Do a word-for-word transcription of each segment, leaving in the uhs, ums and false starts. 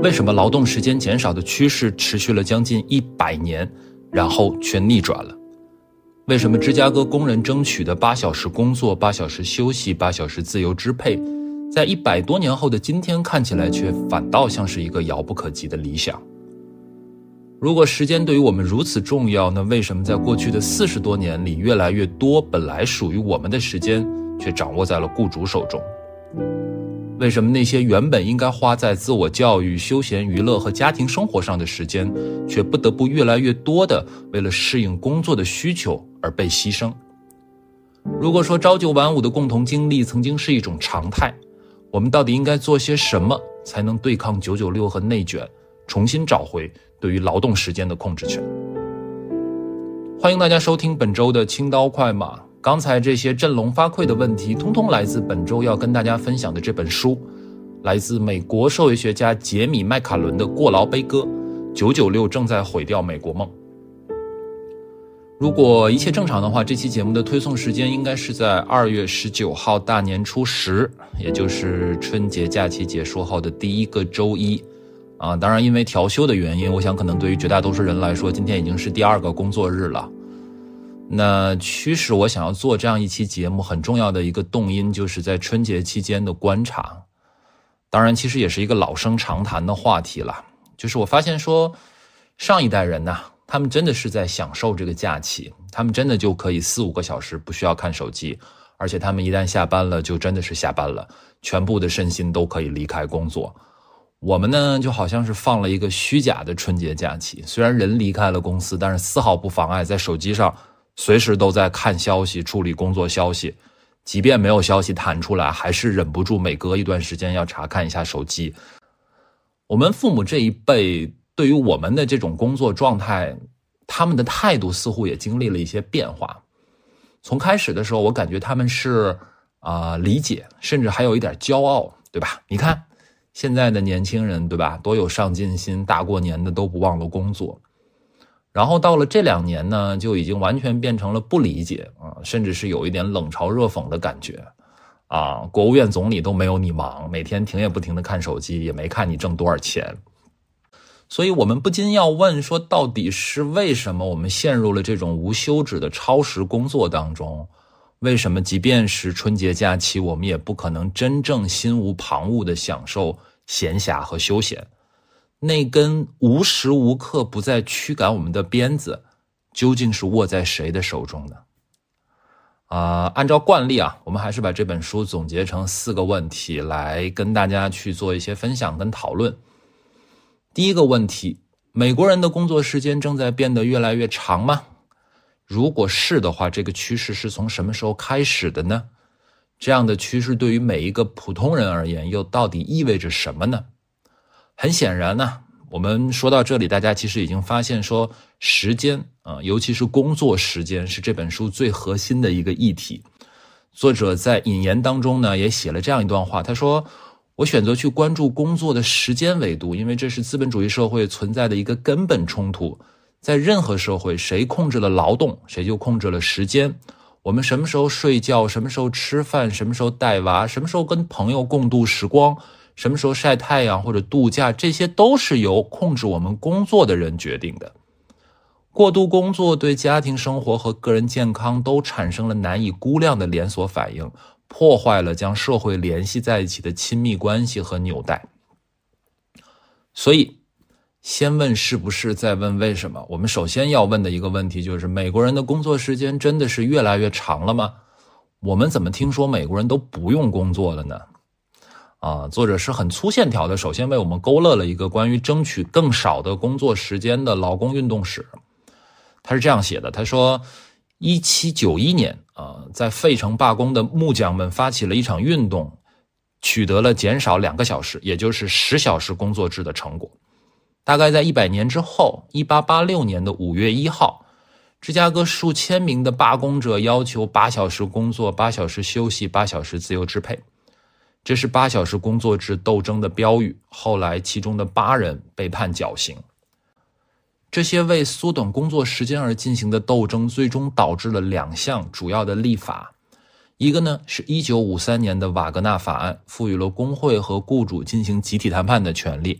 为什么劳动时间减少的趋势持续了将近一百年，然后却逆转了？为什么芝加哥工人争取的八小时工作、八小时休息、八小时自由支配，在一百多年后的今天看起来却反倒像是一个遥不可及的理想？如果时间对于我们如此重要，那为什么在过去的四十多年里，越来越多本来属于我们的时间却掌握在了雇主手中？为什么那些原本应该花在自我教育、休闲娱乐和家庭生活上的时间，却不得不越来越多的为了适应工作的需求而被牺牲？如果说朝九晚五的共同经历曾经是一种常态，我们到底应该做些什么才能对抗九九六和内卷，重新找回对于劳动时间的控制权？欢迎大家收听本周的轻刀快马。刚才这些振聋发聩的问题，通通来自本周要跟大家分享的这本书，来自美国社会学家杰米·麦卡伦的《过劳悲歌》，九九六正在毁掉美国梦。如果一切正常的话，这期节目的推送时间应该是在二月十九号大年初十，也就是春节假期结束后的第一个周一啊。当然因为调休的原因，我想可能对于绝大多数人来说，今天已经是第二个工作日了。那驱使我想要做这样一期节目很重要的一个动因，就是在春节期间的观察。当然其实也是一个老生常谈的话题了，就是我发现说上一代人呢，他们真的是在享受这个假期，他们真的就可以四五个小时不需要看手机，而且他们一旦下班了就真的是下班了，全部的身心都可以离开工作。我们呢就好像是放了一个虚假的春节假期，虽然人离开了公司，但是丝毫不妨碍在手机上随时都在看消息、处理工作消息，即便没有消息弹出来，还是忍不住每隔一段时间要查看一下手机。我们父母这一辈对于我们的这种工作状态，他们的态度似乎也经历了一些变化。从开始的时候，我感觉他们是啊、呃、理解，甚至还有一点骄傲，对吧？你看现在的年轻人，对吧？多有上进心，大过年的都不忘了工作。然后到了这两年呢，就已经完全变成了不理解啊，甚至是有一点冷嘲热讽的感觉啊。国务院总理都没有你忙，每天停也不停的看手机，也没看你挣多少钱。所以我们不禁要问说，到底是为什么我们陷入了这种无休止的超时工作当中？为什么即便是春节假期，我们也不可能真正心无旁骛的享受闲暇和休闲？那根无时无刻不在驱赶我们的鞭子，究竟是握在谁的手中呢？啊、呃，按照惯例啊，我们还是把这本书总结成四个问题来跟大家去做一些分享跟讨论。第一个问题，美国人的工作时间正在变得越来越长吗？如果是的话，这个趋势是从什么时候开始的呢？这样的趋势对于每一个普通人而言，又到底意味着什么呢？很显然呢，我们说到这里，大家其实已经发现说时间啊、呃，尤其是工作时间是这本书最核心的一个议题。作者在引言当中呢，也写了这样一段话，他说，我选择去关注工作的时间维度，因为这是资本主义社会存在的一个根本冲突。在任何社会，谁控制了劳动，谁就控制了时间。我们什么时候睡觉，什么时候吃饭，什么时候带娃，什么时候跟朋友共度时光，什么时候晒太阳或者度假，这些都是由控制我们工作的人决定的。过度工作对家庭生活和个人健康都产生了难以估量的连锁反应，破坏了将社会联系在一起的亲密关系和纽带。所以先问是不是，再问为什么。我们首先要问的一个问题就是，美国人的工作时间真的是越来越长了吗？我们怎么听说美国人都不用工作了呢？啊，作者是很粗线条的，首先为我们勾勒了一个关于争取更少的工作时间的劳工运动史。他是这样写的，他说一七九一年啊，在费城罢工的木匠们发起了一场运动，取得了减少两个小时，也就是十小时工作制的成果。大概在一百年之后，一八八六年的五月一号，芝加哥数千名的罢工者要求八小时工作、八小时休息、八小时自由支配。这是八小时工作制斗争的标语，后来其中的八人被判绞刑。这些为缩短工作时间而进行的斗争，最终导致了两项主要的立法。一个呢是一九五三年的瓦格纳法案，赋予了工会和雇主进行集体谈判的权利，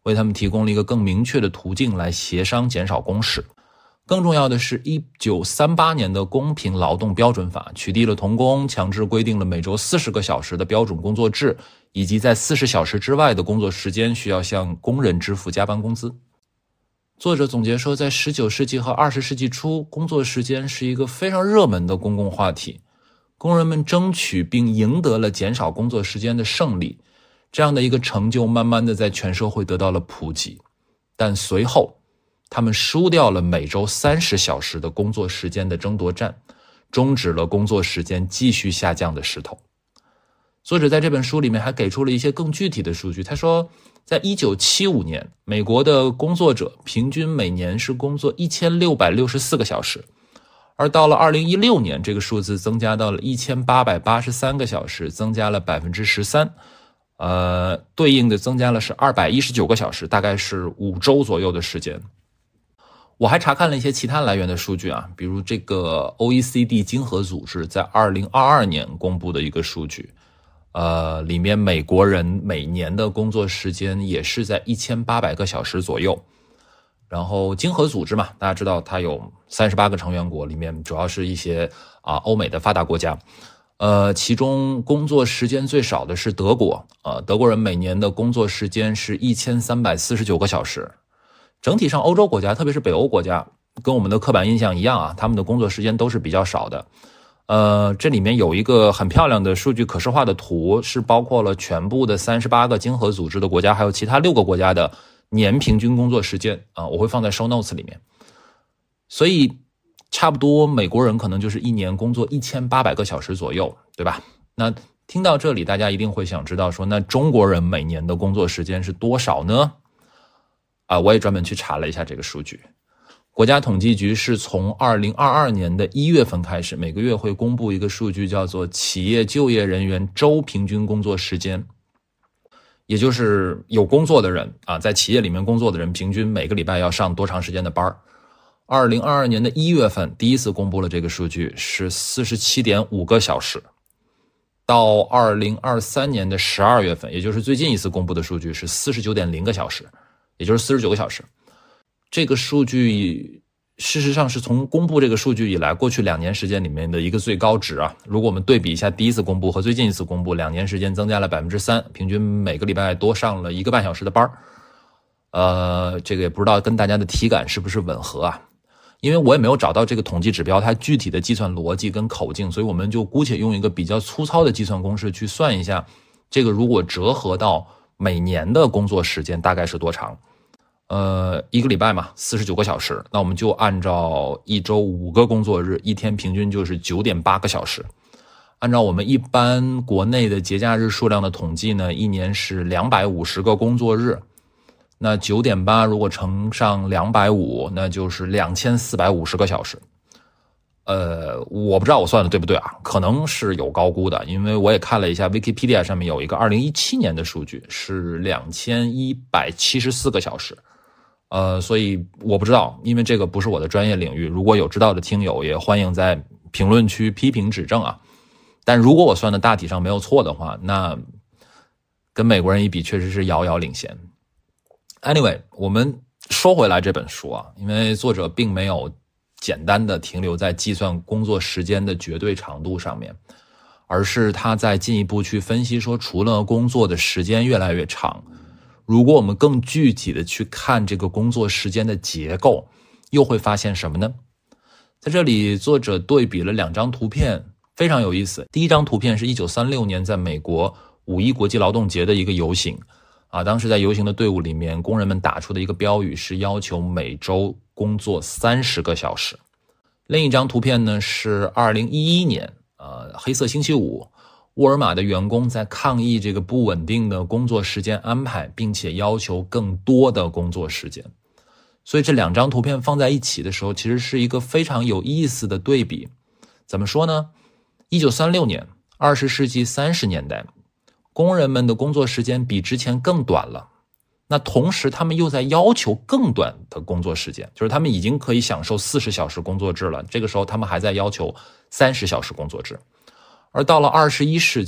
为他们提供了一个更明确的途径来协商减少工时。更重要的是，一九三八年的公平劳动标准法取缔了童工，强制规定了每周四十个小时的标准工作制，以及在四十小时之外的工作时间需要向工人支付加班工资。作者总结说，在十九世纪和二十世纪初，工作时间是一个非常热门的公共话题，工人们争取并赢得了减少工作时间的胜利，这样的一个成就慢慢的在全社会得到了普及。但随后他们输掉了每周三十小时的工作时间的争夺战，终止了工作时间继续下降的势头。作者在这本书里面还给出了一些更具体的数据，他说在一九七五年，美国的工作者平均每年是工作一千六百六十四个小时，而到了二零一六年，这个数字增加到了一千八百八十三个小时，增加了 百分之十三， 呃，对应的增加了是二百一十九个小时，大概是五周左右的时间。我还查看了一些其他来源的数据啊，比如这个 O E C D 经合组织在二零二二年公布的一个数据，呃，里面美国人每年的工作时间也是在一千八百个小时左右。然后经合组织嘛，大家知道它有三十八个成员国，里面主要是一些啊欧美的发达国家。呃，其中工作时间最少的是德国，呃，德国人每年的工作时间是一千三百四十九个小时。整体上欧洲国家，特别是北欧国家，跟我们的刻板印象一样啊，他们的工作时间都是比较少的。呃，这里面有一个很漂亮的数据可视化的图，是包括了全部的三十八个经合组织的国家，还有其他六个国家的年平均工作时间啊，我会放在 show notes 里面。所以差不多美国人可能就是一年工作一千八百个小时左右，对吧？那听到这里，大家一定会想知道说，那中国人每年的工作时间是多少呢？啊，我也专门去查了一下这个数据。国家统计局是从二零二二年的一月份开始，每个月会公布一个数据，叫做企业就业人员周平均工作时间，也就是有工作的人啊，在企业里面工作的人，平均每个礼拜要上多长时间的班。二零二二年的一月份第一次公布了这个数据，是 四十七点五个小时。到二零二三年的十二月份，也就是最近一次公布的数据，是 四十九点零个小时，也就是四十九个小时。这个数据事实上是从公布这个数据以来，过去两年时间里面的一个最高值啊。如果我们对比一下第一次公布和最近一次公布，两年时间增加了 百分之三， 平均每个礼拜多上了一个半小时的班。呃，这个也不知道跟大家的体感是不是吻合啊？因为我也没有找到这个统计指标它具体的计算逻辑跟口径，所以我们就姑且用一个比较粗糙的计算公式去算一下，这个如果折合到每年的工作时间大概是多长。呃，一个礼拜嘛，四十九个小时，那我们就按照一周五个工作日，一天平均就是 九点八个小时。按照我们一般国内的节假日数量的统计呢，一年是两百五十个工作日。那 九点八 如果乘上两百五十，那就是两千四百五十个小时。呃，我不知道我算的对不对啊，可能是有高估的，因为我也看了一下 Wikipedia 上面有一个二零一七年的数据是两千一百七十四个小时。呃，所以我不知道，因为这个不是我的专业领域，如果有知道的听友也欢迎在评论区批评指正啊。但如果我算的大体上没有错的话，那跟美国人一比确实是遥遥领先。Anyway， 我们说回来这本书啊，因为作者并没有简单的停留在计算工作时间的绝对长度上面，而是他在进一步去分析说，除了工作的时间越来越长，如果我们更具体的去看这个工作时间的结构，又会发现什么呢？在这里作者对比了两张图片，非常有意思。第一张图片是一九三六年在美国五一国际劳动节的一个游行啊，当时在游行的队伍里面，工人们打出的一个标语是要求每周工作三十个小时。另一张图片呢是二零一一年呃，黑色星期五，沃尔玛的员工在抗议这个不稳定的工作时间安排，并且要求更多的工作时间。所以这两张图片放在一起的时候，其实是一个非常有意思的对比。怎么说呢？一九三六年，二十世纪三十年代，工人们的工作时间比之前更短了。那同时他们又在要求更短的工作时间，就是他们已经可以享受四十小时工作制了，这个时候他们还在要求三十小时工作制。而到了二十一世纪，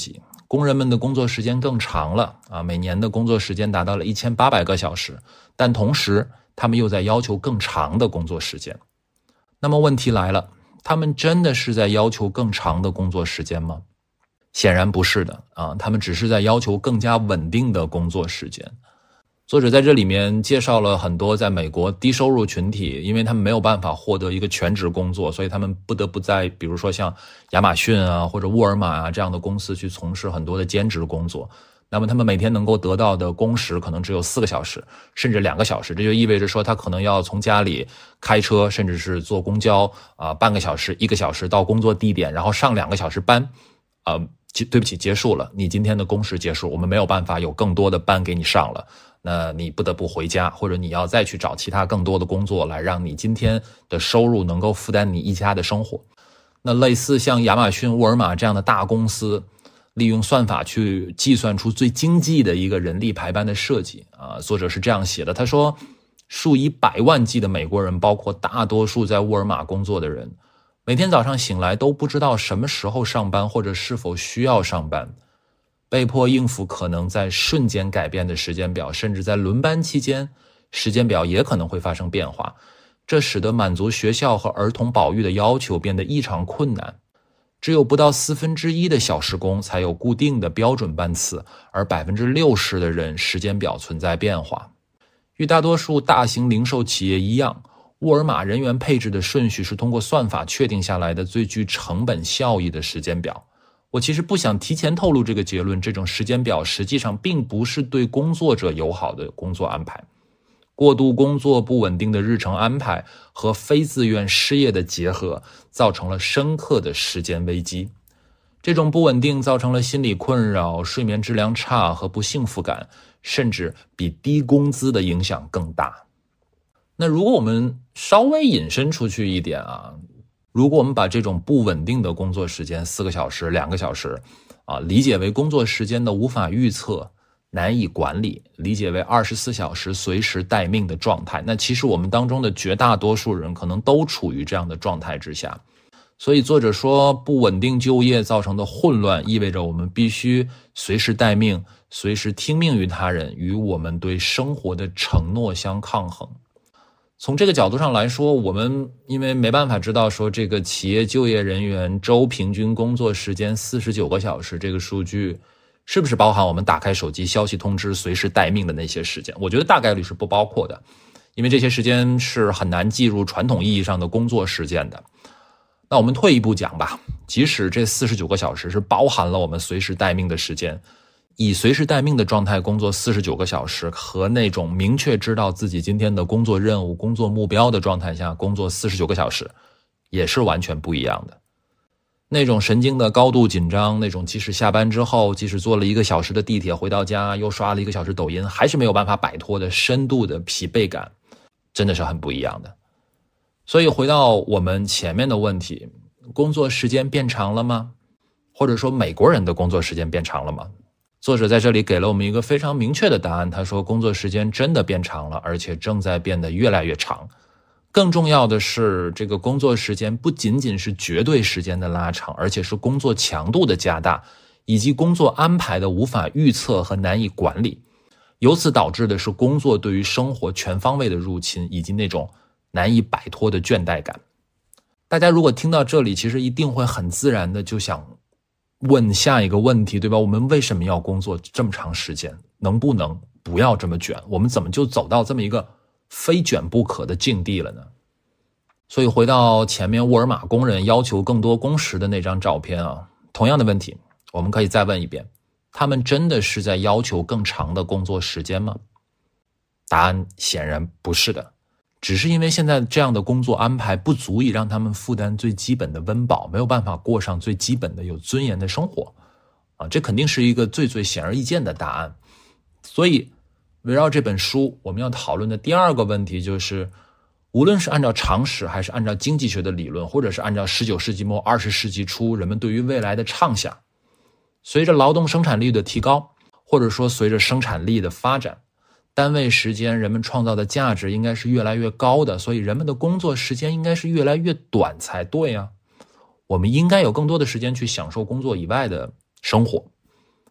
工人们的工作时间更长了啊，每年的工作时间达到了一千八百个小时，但同时他们又在要求更长的工作时间。那么问题来了，他们真的是在要求更长的工作时间吗？显然不是的啊，他们只是在要求更加稳定的工作时间。作者在这里面介绍了很多在美国低收入群体，因为他们没有办法获得一个全职工作，所以他们不得不在比如说像亚马逊啊或者沃尔玛啊这样的公司去从事很多的兼职工作。那么他们每天能够得到的工时可能只有四个小时，甚至两个小时，这就意味着说他可能要从家里开车，甚至是坐公交啊、呃，半个小时、一个小时到工作地点，然后上两个小时班，啊、呃，对不起，结束了，你今天的工时结束，我们没有办法有更多的班给你上了。那你不得不回家，或者你要再去找其他更多的工作来让你今天的收入能够负担你一家的生活。那类似像亚马逊、沃尔玛这样的大公司，利用算法去计算出最经济的一个人力排班的设计啊，作者是这样写的，他说数以百万计的美国人，包括大多数在沃尔玛工作的人，每天早上醒来都不知道什么时候上班或者是否需要上班，被迫应付可能在瞬间改变的时间表，甚至在轮班期间时间表也可能会发生变化，这使得满足学校和儿童保育的要求变得异常困难。只有不到四分之一的小时工才有固定的标准班次，而百分之六十的人时间表存在变化。与大多数大型零售企业一样，沃尔玛人员配置的顺序是通过算法确定下来的最具成本效益的时间表。我其实不想提前透露这个结论，这种时间表实际上并不是对工作者友好的工作安排。过度工作、不稳定的日程安排和非自愿失业的结合，造成了深刻的时间危机。这种不稳定造成了心理困扰、睡眠质量差和不幸福感，甚至比低工资的影响更大。那如果我们稍微引申出去一点啊，如果我们把这种不稳定的工作时间四个小时、两个小时啊，理解为工作时间的无法预测、难以管理，理解为二十四小时随时待命的状态，那其实我们当中的绝大多数人可能都处于这样的状态之下。所以作者说，不稳定就业造成的混乱意味着我们必须随时待命，随时听命于他人，与我们对生活的承诺相抗衡。从这个角度上来说，我们因为没办法知道说这个企业就业人员周平均工作时间四十九个小时这个数据是不是包含我们打开手机消息通知随时待命的那些时间，我觉得大概率是不包括的，因为这些时间是很难计入传统意义上的工作时间的。那我们退一步讲吧，即使这四十九个小时是包含了我们随时待命的时间，以随时待命的状态工作四十九个小时，和那种明确知道自己今天的工作任务、工作目标的状态下工作四十九个小时，也是完全不一样的。那种神经的高度紧张，那种即使下班之后，即使坐了一个小时的地铁回到家，又刷了一个小时抖音，还是没有办法摆脱的深度的疲惫感，真的是很不一样的。所以回到我们前面的问题，工作时间变长了吗？或者说美国人的工作时间变长了吗？作者在这里给了我们一个非常明确的答案，他说工作时间真的变长了，而且正在变得越来越长。更重要的是，这个工作时间不仅仅是绝对时间的拉长，而且是工作强度的加大，以及工作安排的无法预测和难以管理。由此导致的是工作对于生活全方位的入侵，以及那种难以摆脱的倦怠感。大家如果听到这里，其实一定会很自然的就想问下一个问题，对吧？我们为什么要工作这么长时间？能不能不要这么卷？我们怎么就走到这么一个非卷不可的境地了呢？所以回到前面沃尔玛工人要求更多工时的那张照片啊，同样的问题，我们可以再问一遍，他们真的是在要求更长的工作时间吗？答案显然不是的。只是因为现在这样的工作安排不足以让他们负担最基本的温饱，没有办法过上最基本的有尊严的生活啊，这肯定是一个最最显而易见的答案。所以围绕这本书我们要讨论的第二个问题就是，无论是按照常识还是按照经济学的理论，或者是按照十九世纪末二十世纪初人们对于未来的畅想，随着劳动生产率的提高，或者说随着生产力的发展，单位时间人们创造的价值应该是越来越高的，所以人们的工作时间应该是越来越短才对啊。我们应该有更多的时间去享受工作以外的生活。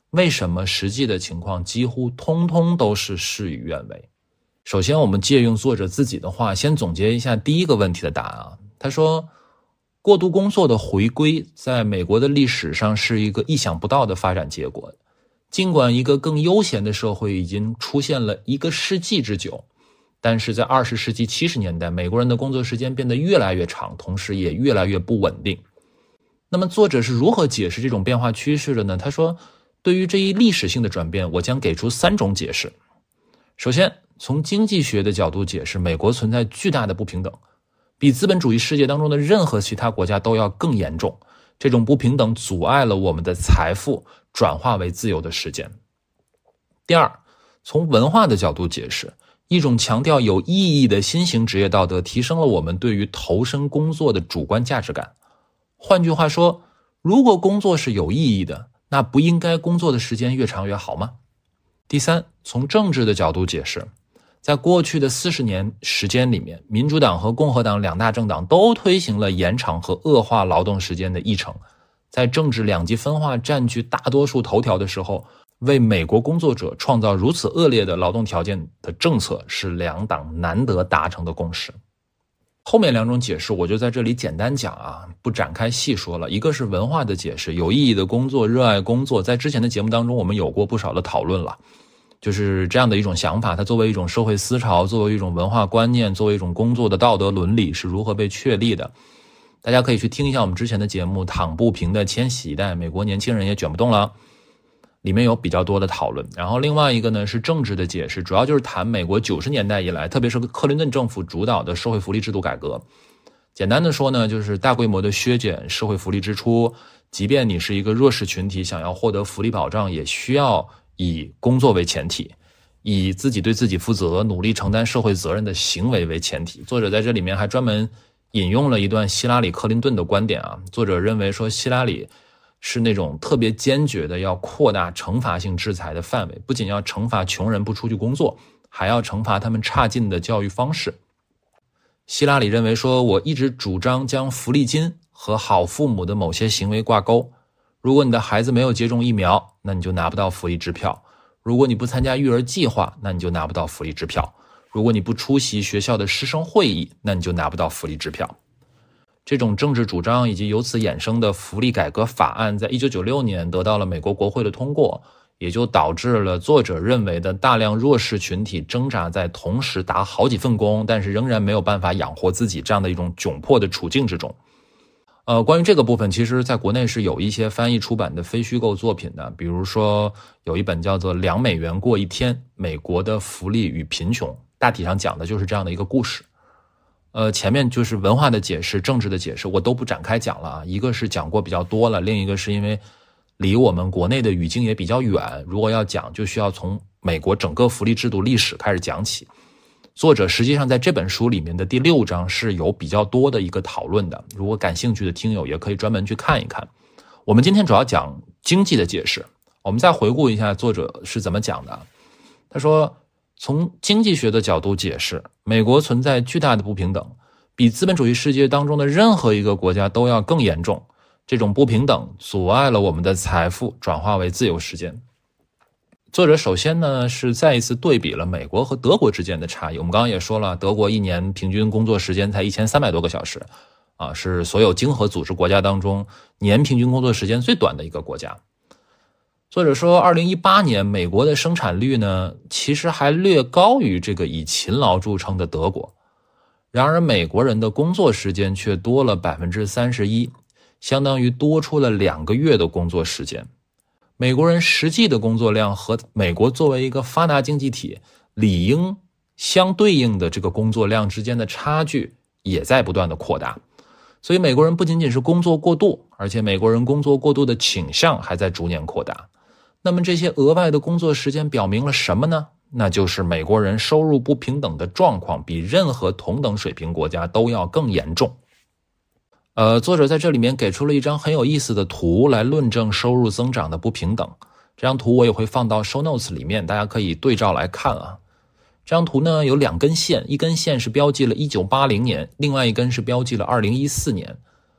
为什么实际的情况几乎通通都是事与愿违？首先，我们借用作者自己的话，先总结一下第一个问题的答案啊。他说，过度工作的回归在美国的历史上是一个意想不到的发展结果。尽管一个更悠闲的社会已经出现了一个世纪之久，但是在二十世纪七十年代，美国人的工作时间变得越来越长，同时也越来越不稳定。那么作者是如何解释这种变化趋势的呢？他说，对于这一历史性的转变，我将给出三种解释。首先，从经济学的角度解释，美国存在巨大的不平等，比资本主义世界当中的任何其他国家都要更严重。这种不平等阻碍了我们的财富转化为自由的时间。第二，从文化的角度解释，一种强调有意义的新型职业道德提升了我们对于投身工作的主观价值感。换句话说，如果工作是有意义的，那不应该工作的时间越长越好吗？第三，从政治的角度解释，在过去的四十年时间里面，民主党和共和党两大政党都推行了延长和恶化劳动时间的议程。在政治两极分化占据大多数头条的时候，为美国工作者创造如此恶劣的劳动条件的政策是两党难得达成的共识。后面两种解释我就在这里简单讲啊，不展开细说了。一个是文化的解释，有意义的工作，热爱工作，在之前的节目当中我们有过不少的讨论了。就是这样的一种想法，它作为一种社会思潮，作为一种文化观念，作为一种工作的道德伦理是如何被确立的。大家可以去听一下我们之前的节目，躺不平的千禧一代，美国年轻人也卷不动了，里面有比较多的讨论。然后另外一个呢是政治的解释，主要就是谈美国九十年代以来，特别是克林顿政府主导的社会福利制度改革。简单的说呢，就是大规模的削减社会福利支出，即便你是一个弱势群体，想要获得福利保障，也需要以工作为前提，以自己对自己负责，努力承担社会责任的行为为前提。作者在这里面还专门引用了一段希拉里·克林顿的观点啊。作者认为说，希拉里是那种特别坚决的要扩大惩罚性制裁的范围，不仅要惩罚穷人不出去工作，还要惩罚他们差劲的教育方式。希拉里认为说，我一直主张将福利金和好父母的某些行为挂钩。如果你的孩子没有接种疫苗，那你就拿不到福利支票；如果你不参加育儿计划，那你就拿不到福利支票；如果你不出席学校的师生会议，那你就拿不到福利支票。这种政治主张以及由此衍生的福利改革法案在一九九六年得到了美国国会的通过，也就导致了作者认为的大量弱势群体挣扎在同时打好几份工，但是仍然没有办法养活自己这样的一种窘迫的处境之中。呃，关于这个部分，其实在国内是有一些翻译出版的非虚构作品的，比如说有一本叫做《两美元过一天：美国的福利与贫穷》，大体上讲的就是这样的一个故事。呃，前面就是文化的解释、政治的解释，我都不展开讲了啊。一个是讲过比较多了，另一个是因为离我们国内的语境也比较远，如果要讲，就需要从美国整个福利制度历史开始讲起。作者实际上在这本书里面的第六章是有比较多的一个讨论的，如果感兴趣的听友也可以专门去看一看。我们今天主要讲经济的解释，我们再回顾一下作者是怎么讲的。他说，从经济学的角度解释，美国存在巨大的不平等，比资本主义世界当中的任何一个国家都要更严重。这种不平等阻碍了我们的财富转化为自由时间。作者首先呢是再一次对比了美国和德国之间的差异。我们刚刚也说了，德国一年平均工作时间才一千三百多个小时啊，是所有经合组织国家当中年平均工作时间最短的一个国家。作者说，二零一八年美国的生产率呢其实还略高于这个以勤劳著称的德国。然而美国人的工作时间却多了 百分之三十一， 相当于多出了两个月的工作时间。美国人实际的工作量和美国作为一个发达经济体理应相对应的这个工作量之间的差距也在不断的扩大。所以美国人不仅仅是工作过度，而且美国人工作过度的倾向还在逐年扩大。那么这些额外的工作时间表明了什么呢？那就是美国人收入不平等的状况比任何同等水平国家都要更严重。呃，作者在这里面给出了一张很有意思的图来论证收入增长的不平等。这张图我也会放到 show notes 里面，大家可以对照来看啊。这张图呢有两根线，一根线是标记了一九八零年，另外一根是标记了二零一四年。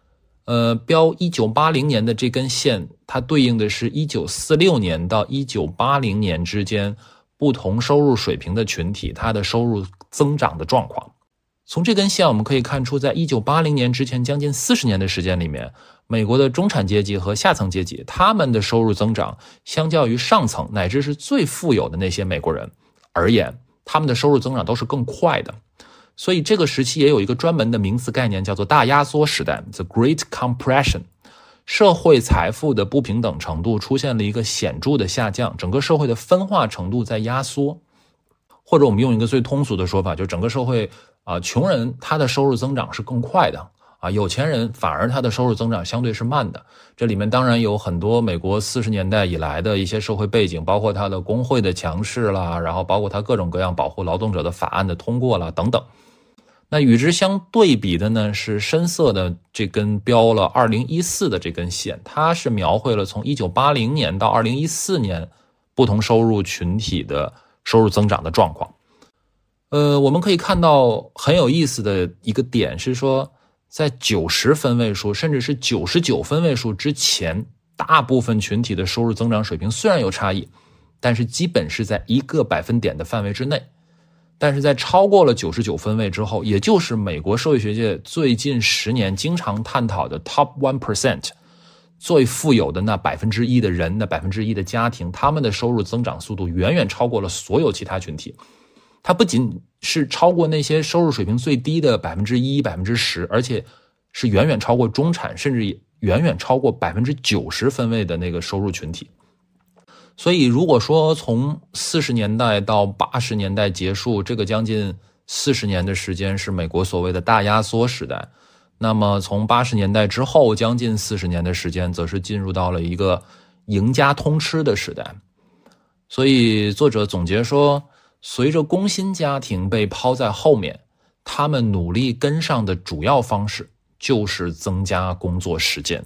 呃，标一九八零年的这根线，它对应的是一九四六年到一九八零年之间不同收入水平的群体，它的收入增长的状况。从这根线我们可以看出，在一九八零年之前将近四十年的时间里面，美国的中产阶级和下层阶级，他们的收入增长相较于上层乃至是最富有的那些美国人而言，他们的收入增长都是更快的。所以这个时期也有一个专门的名词概念，叫做大压缩时代 The Great Compression。 社会财富的不平等程度出现了一个显著的下降，整个社会的分化程度在压缩。或者我们用一个最通俗的说法，就整个社会啊、呃，穷人他的收入增长是更快的啊，有钱人反而他的收入增长相对是慢的。这里面当然有很多美国四十年代以来的一些社会背景，包括他的工会的强势啦，然后包括他各种各样保护劳动者的法案的通过啦等等。那与之相对比的呢，是深色的这根标了二零一四的这根线，它是描绘了从一九八零年到二零一四年不同收入群体的收入增长的状况。呃，我们可以看到很有意思的一个点是说，在九十分位数甚至是九十九分位数之前，大部分群体的收入增长水平虽然有差异，但是基本是在一个百分点的范围之内。但是在超过了九十九分位之后，也就是美国社会学界最近十年经常探讨的 top one percent， 最富有的那百分之一的人，那百分之一的家庭，他们的收入增长速度远远超过了所有其他群体。它不仅是超过那些收入水平最低的百分之一、百分之十，而且是远远超过中产，甚至远远超过百分之九十分位的那个收入群体。所以如果说从四十年代到八十年代结束，这个将近四十年的时间是美国所谓的大压缩时代，那么从八十年代之后将近四十年的时间则是进入到了一个赢家通吃的时代。所以作者总结说，随着工薪家庭被抛在后面，他们努力跟上的主要方式就是增加工作时间。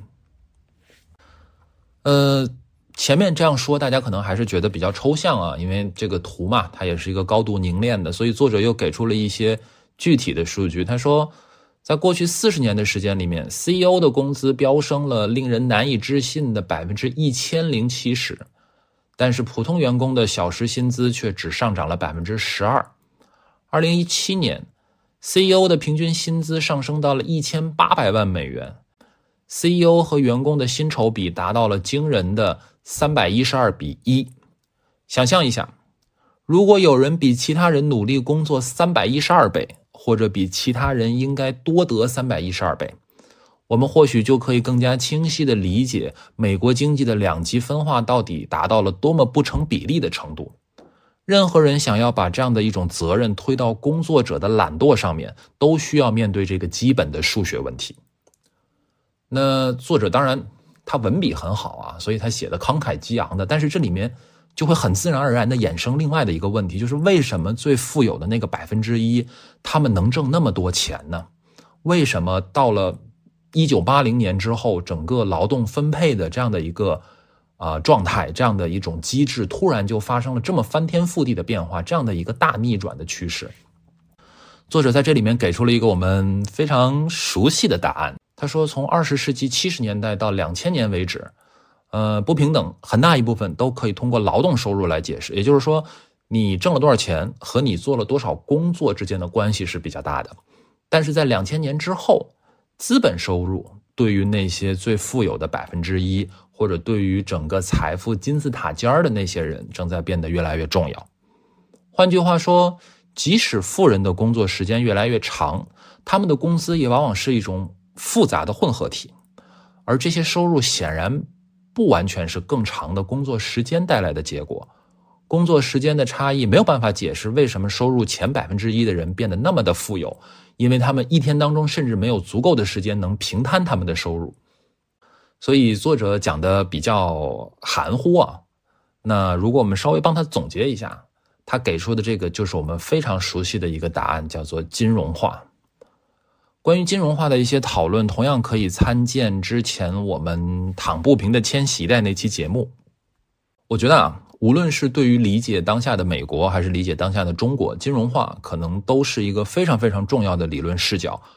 呃前面这样说大家可能还是觉得比较抽象啊，因为这个图嘛，它也是一个高度凝练的，所以作者又给出了一些具体的数据。他说在过去四十年的时间里面， C E O 的工资飙升了令人难以置信的 百分之一千零七十， 但是普通员工的小时薪资却只上涨了 百分之十二。 二零一七年 C E O 的平均薪资上升到了一千八百万美元， C E O 和员工的薪酬比达到了惊人的三百一十二比一。想象一下，如果有人比其他人努力工作三百一十二倍，或者比其他人应该多得三百一十二倍，我们或许就可以更加清晰地理解美国经济的两极分化到底达到了多么不成比例的程度。任何人想要把这样的一种责任推到工作者的懒惰上面，都需要面对这个基本的数学问题。那作者当然他文笔很好啊，所以他写的慷慨激昂的，但是这里面就会很自然而然的衍生另外的一个问题，就是为什么最富有的那个百分之一，他们能挣那么多钱呢？为什么到了一九八零年之后，整个劳动分配的这样的一个呃状态，这样的一种机制，突然就发生了这么翻天覆地的变化，这样的一个大逆转的趋势？作者在这里面给出了一个我们非常熟悉的答案。他说，从二十世纪七十年代到两千年为止，呃，不平等很大一部分都可以通过劳动收入来解释。也就是说，你挣了多少钱和你做了多少工作之间的关系是比较大的。但是在两千年之后，资本收入对于那些最富有的百分之一，或者对于整个财富金字塔尖的那些人，正在变得越来越重要。换句话说，即使富人的工作时间越来越长，他们的工资也往往是一种复杂的混合体，而这些收入显然不完全是更长的工作时间带来的结果。工作时间的差异没有办法解释为什么收入前百分之一的人变得那么的富有，因为他们一天当中甚至没有足够的时间能平摊他们的收入。所以作者讲的比较含糊啊。那如果我们稍微帮他总结一下，他给出的这个就是我们非常熟悉的一个答案，叫做金融化。关于金融化的一些讨论，同样可以参见之前我们躺不平的千禧一代那期节目。我觉得啊，无论是对于理解当下的美国，还是理解当下的中国，金融化可能都是一个非常非常重要的理论视角，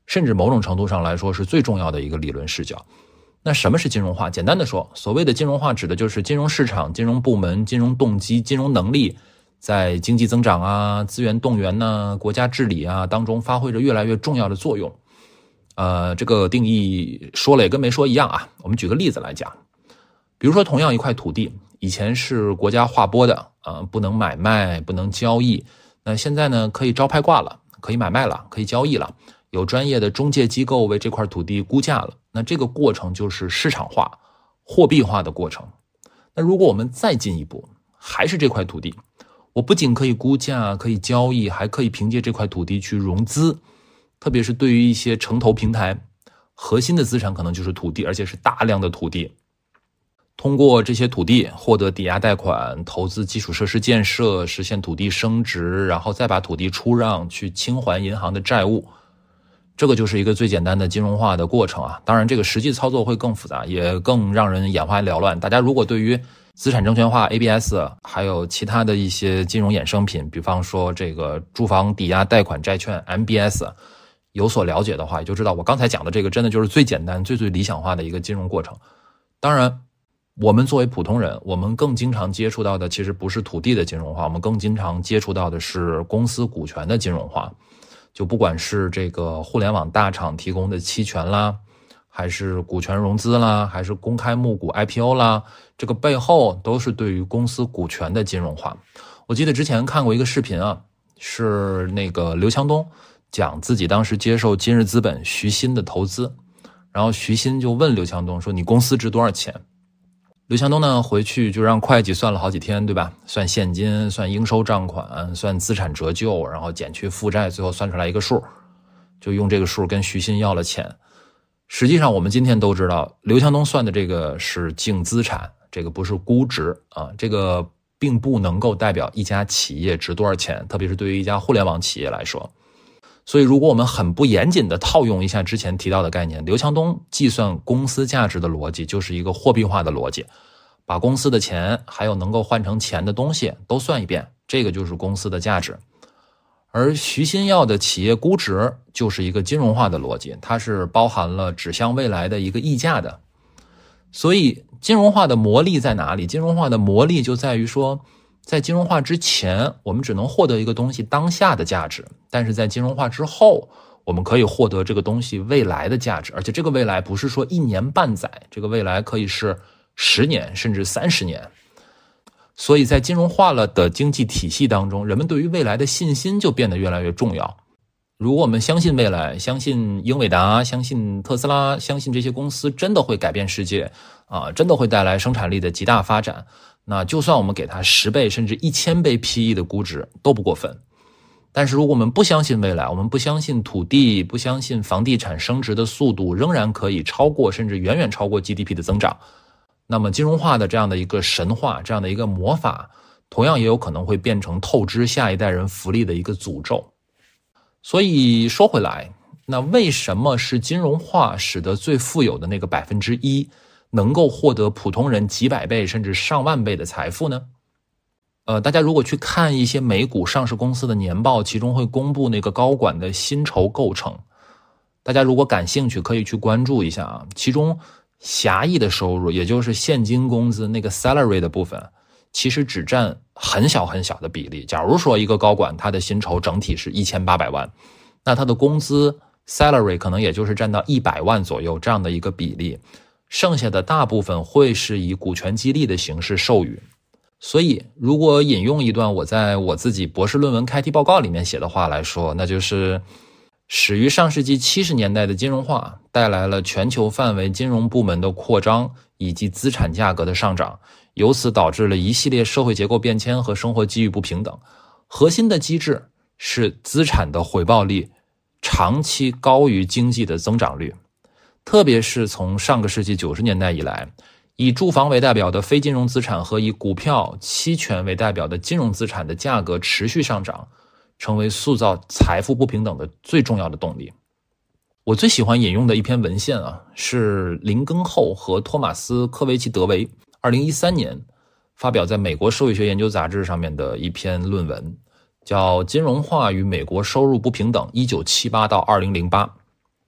甚至某种程度上来说是最重要的一个理论视角。那什么是金融化？简单的说，所谓的金融化指的就是金融市场、金融部门、金融动机、金融能力在经济增长啊、资源动员呐、国家治理啊当中发挥着越来越重要的作用。呃，这个定义说了也跟没说一样啊。我们举个例子来讲，比如说同样一块土地，以前是国家划拨的啊、呃，不能买卖，不能交易。那现在呢，可以招拍挂了，可以买卖了，可以交易了。有专业的中介机构为这块土地估价了，那这个过程就是市场化、货币化的过程。那如果我们再进一步，还是这块土地，我不仅可以估价、可以交易，还可以凭借这块土地去融资。特别是对于一些城投平台，核心的资产可能就是土地，而且是大量的土地。通过这些土地获得抵押贷款，投资基础设施建设，实现土地升值，然后再把土地出让去清还银行的债务。这个就是一个最简单的金融化的过程啊。当然这个实际操作会更复杂，也更让人眼花缭乱。大家如果对于资产证券化 A B S 还有其他的一些金融衍生品，比方说这个住房抵押贷款债券 M B S 有所了解的话，也就知道我刚才讲的这个真的就是最简单最最理想化的一个金融过程。当然我们作为普通人，我们更经常接触到的其实不是土地的金融化，我们更经常接触到的是公司股权的金融化。就不管是这个互联网大厂提供的期权啦，还是股权融资啦，还是公开募股 I P O 啦，这个背后都是对于公司股权的金融化。我记得之前看过一个视频啊，是那个刘强东讲自己当时接受今日资本徐新的投资，然后徐新就问刘强东说，你公司值多少钱？刘强东呢回去就让会计算了好几天，对吧？算现金，算应收账款，算资产折旧，然后减去负债，最后算出来一个数，就用这个数跟徐新要了钱。实际上我们今天都知道，刘强东算的这个是净资产，这个不是估值啊，这个并不能够代表一家企业值多少钱，特别是对于一家互联网企业来说。所以如果我们很不严谨的套用一下之前提到的概念，刘强东计算公司价值的逻辑就是一个货币化的逻辑，把公司的钱还有能够换成钱的东西都算一遍，这个就是公司的价值。而徐新耀的企业估值就是一个金融化的逻辑，它是包含了指向未来的一个溢价的。所以金融化的魔力在哪里？金融化的魔力就在于说，在金融化之前我们只能获得一个东西当下的价值，但是在金融化之后我们可以获得这个东西未来的价值，而且这个未来不是说一年半载，这个未来可以是十年甚至三十年。所以在金融化了的经济体系当中，人们对于未来的信心就变得越来越重要。如果我们相信未来，相信英伟达，相信特斯拉，相信这些公司真的会改变世界啊，真的会带来生产力的极大发展，那就算我们给它十倍甚至一千倍 P E 的估值都不过分。但是如果我们不相信未来，我们不相信土地，不相信房地产升值的速度仍然可以超过甚至远远超过 G D P 的增长，那么金融化的这样的一个神话，这样的一个魔法，同样也有可能会变成透支下一代人福利的一个诅咒。所以说回来，那为什么是金融化使得最富有的那个百分之一能够获得普通人几百倍甚至上万倍的财富呢？呃，大家如果去看一些美股上市公司的年报，其中会公布那个高管的薪酬构成，大家如果感兴趣可以去关注一下啊。其中狭义的收入，也就是现金工资那个 salary 的部分，其实只占很小很小的比例。假如说一个高管他的薪酬整体是一千八百万，那他的工资 salary 可能也就是占到一百万左右这样的一个比例，剩下的大部分会是以股权激励的形式授予。所以如果引用一段我在我自己博士论文开题报告里面写的话来说，那就是始于上世纪七十年代的金融化带来了全球范围金融部门的扩张以及资产价格的上涨，由此导致了一系列社会结构变迁和生活机遇不平等。核心的机制是资产的回报率长期高于经济的增长率，特别是从上个世纪九十年代以来，以住房为代表的非金融资产和以股票、期权为代表的金融资产的价格持续上涨，成为塑造财富不平等的最重要的动力。我最喜欢引用的一篇文献啊，是林根厚和托马斯科维奇德维二零一三年发表在美国社会学研究杂志上面的一篇论文，叫《金融化与美国收入不平等一九七八到二零零八》。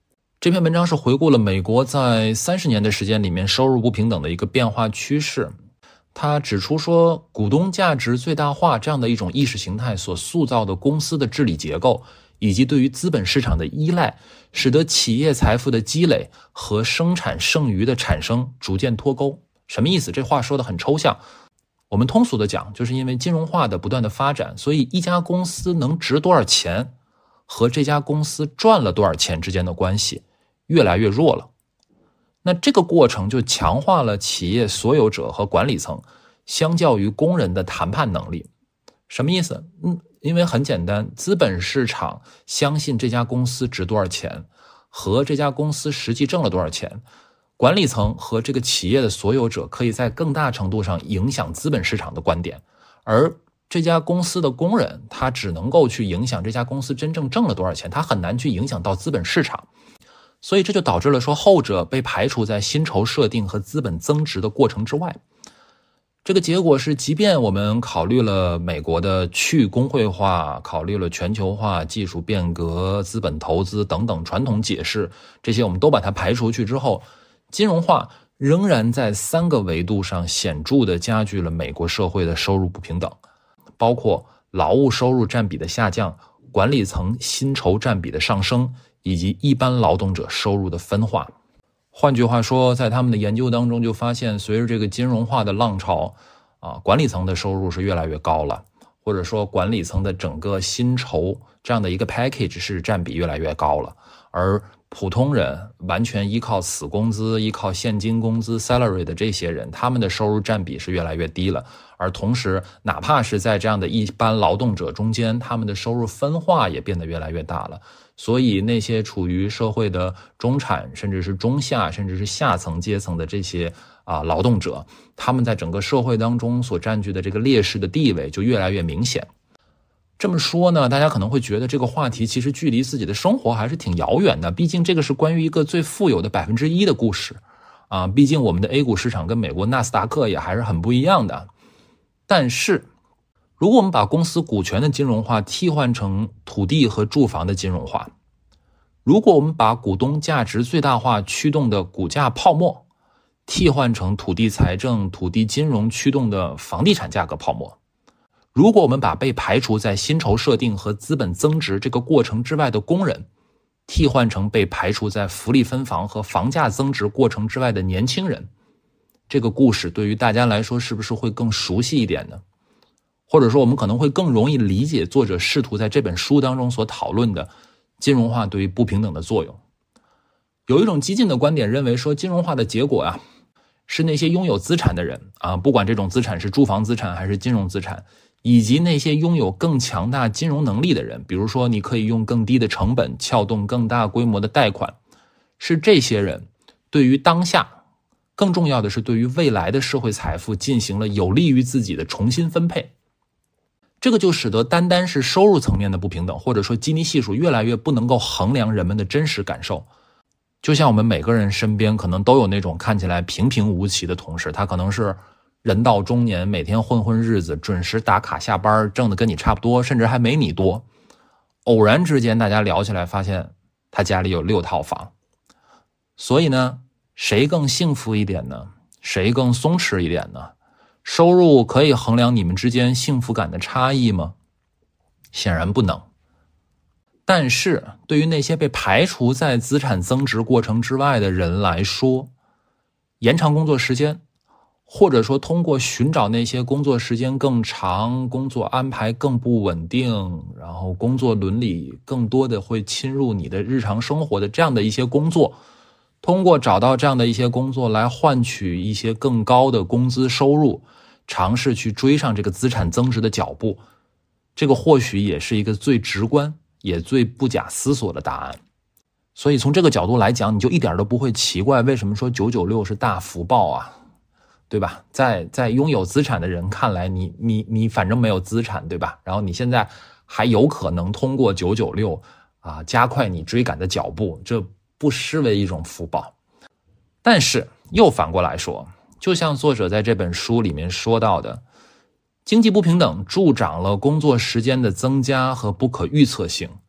这篇文章是回顾了美国在三十年的时间里面收入不平等的一个变化趋势。他指出说，股东价值最大化这样的一种意识形态所塑造的公司的治理结构，以及对于资本市场的依赖，使得企业财富的积累和生产剩余的产生逐渐脱钩。什么意思？这话说得很抽象。我们通俗的讲，就是因为金融化的不断的发展，所以一家公司能值多少钱和这家公司赚了多少钱之间的关系越来越弱了。那这个过程就强化了企业所有者和管理层相较于工人的谈判能力。什么意思？嗯，因为很简单，资本市场相信这家公司值多少钱和这家公司实际挣了多少钱，管理层和这个企业的所有者可以在更大程度上影响资本市场的观点，而这家公司的工人他只能够去影响这家公司真正挣了多少钱，他很难去影响到资本市场。所以这就导致了说后者被排除在薪酬设定和资本增值的过程之外。这个结果是，即便我们考虑了美国的去工会化，考虑了全球化、技术变革、资本投资等等传统解释，这些我们都把它排除去之后，金融化仍然在三个维度上显著地加剧了美国社会的收入不平等，包括劳务收入占比的下降、管理层薪酬占比的上升，以及一般劳动者收入的分化。换句话说，在他们的研究当中就发现，随着这个金融化的浪潮啊，管理层的收入是越来越高了，或者说管理层的整个薪酬这样的一个 package 是占比越来越高了，而普通人完全依靠死工资、依靠现金工资 salary 的这些人，他们的收入占比是越来越低了。而同时，哪怕是在这样的一般劳动者中间，他们的收入分化也变得越来越大了。所以那些处于社会的中产，甚至是中下，甚至是下层阶层的这些啊劳动者，他们在整个社会当中所占据的这个劣势的地位就越来越明显。这么说呢，大家可能会觉得这个话题其实距离自己的生活还是挺遥远的，毕竟这个是关于一个最富有的百分之一的故事啊，毕竟我们的 A 股市场跟美国纳斯达克也还是很不一样的。但是如果我们把公司股权的金融化替换成土地和住房的金融化，如果我们把股东价值最大化驱动的股价泡沫替换成土地财政、土地金融驱动的房地产价格泡沫，如果我们把被排除在薪酬设定和资本增值这个过程之外的工人替换成被排除在福利分房和房价增值过程之外的年轻人，这个故事对于大家来说是不是会更熟悉一点呢？或者说我们可能会更容易理解作者试图在这本书当中所讨论的金融化对于不平等的作用。有一种激进的观点认为说，金融化的结果啊，是那些拥有资产的人啊，不管这种资产是住房资产还是金融资产，以及那些拥有更强大金融能力的人，比如说你可以用更低的成本撬动更大规模的贷款，是这些人对于当下，更重要的是对于未来的社会财富进行了有利于自己的重新分配。这个就使得单单是收入层面的不平等，或者说基尼系数越来越不能够衡量人们的真实感受。就像我们每个人身边可能都有那种看起来平平无奇的同事，他可能是人到中年，每天混混日子，准时打卡下班，挣的跟你差不多，甚至还没你多。偶然之间大家聊起来发现他家里有六套房。所以呢，谁更幸福一点呢？谁更松弛一点呢？收入可以衡量你们之间幸福感的差异吗？显然不能。但是对于那些被排除在资产增值过程之外的人来说，延长工作时间，或者说通过寻找那些工作时间更长、工作安排更不稳定，然后工作伦理更多的会侵入你的日常生活的这样的一些工作，通过找到这样的一些工作来换取一些更高的工资收入，尝试去追上这个资产增值的脚步，这个或许也是一个最直观也最不假思索的答案。所以从这个角度来讲，你就一点都不会奇怪为什么说九九六是大福报啊，对吧？在在拥有资产的人看来，你你你反正没有资产，对吧？然后你现在还有可能通过九九六啊加快你追赶的脚步，这不失为一种福报。但是又反过来说，就像作者在这本书里面说到的，经济不平等助长了工作时间的增加和不可预测性，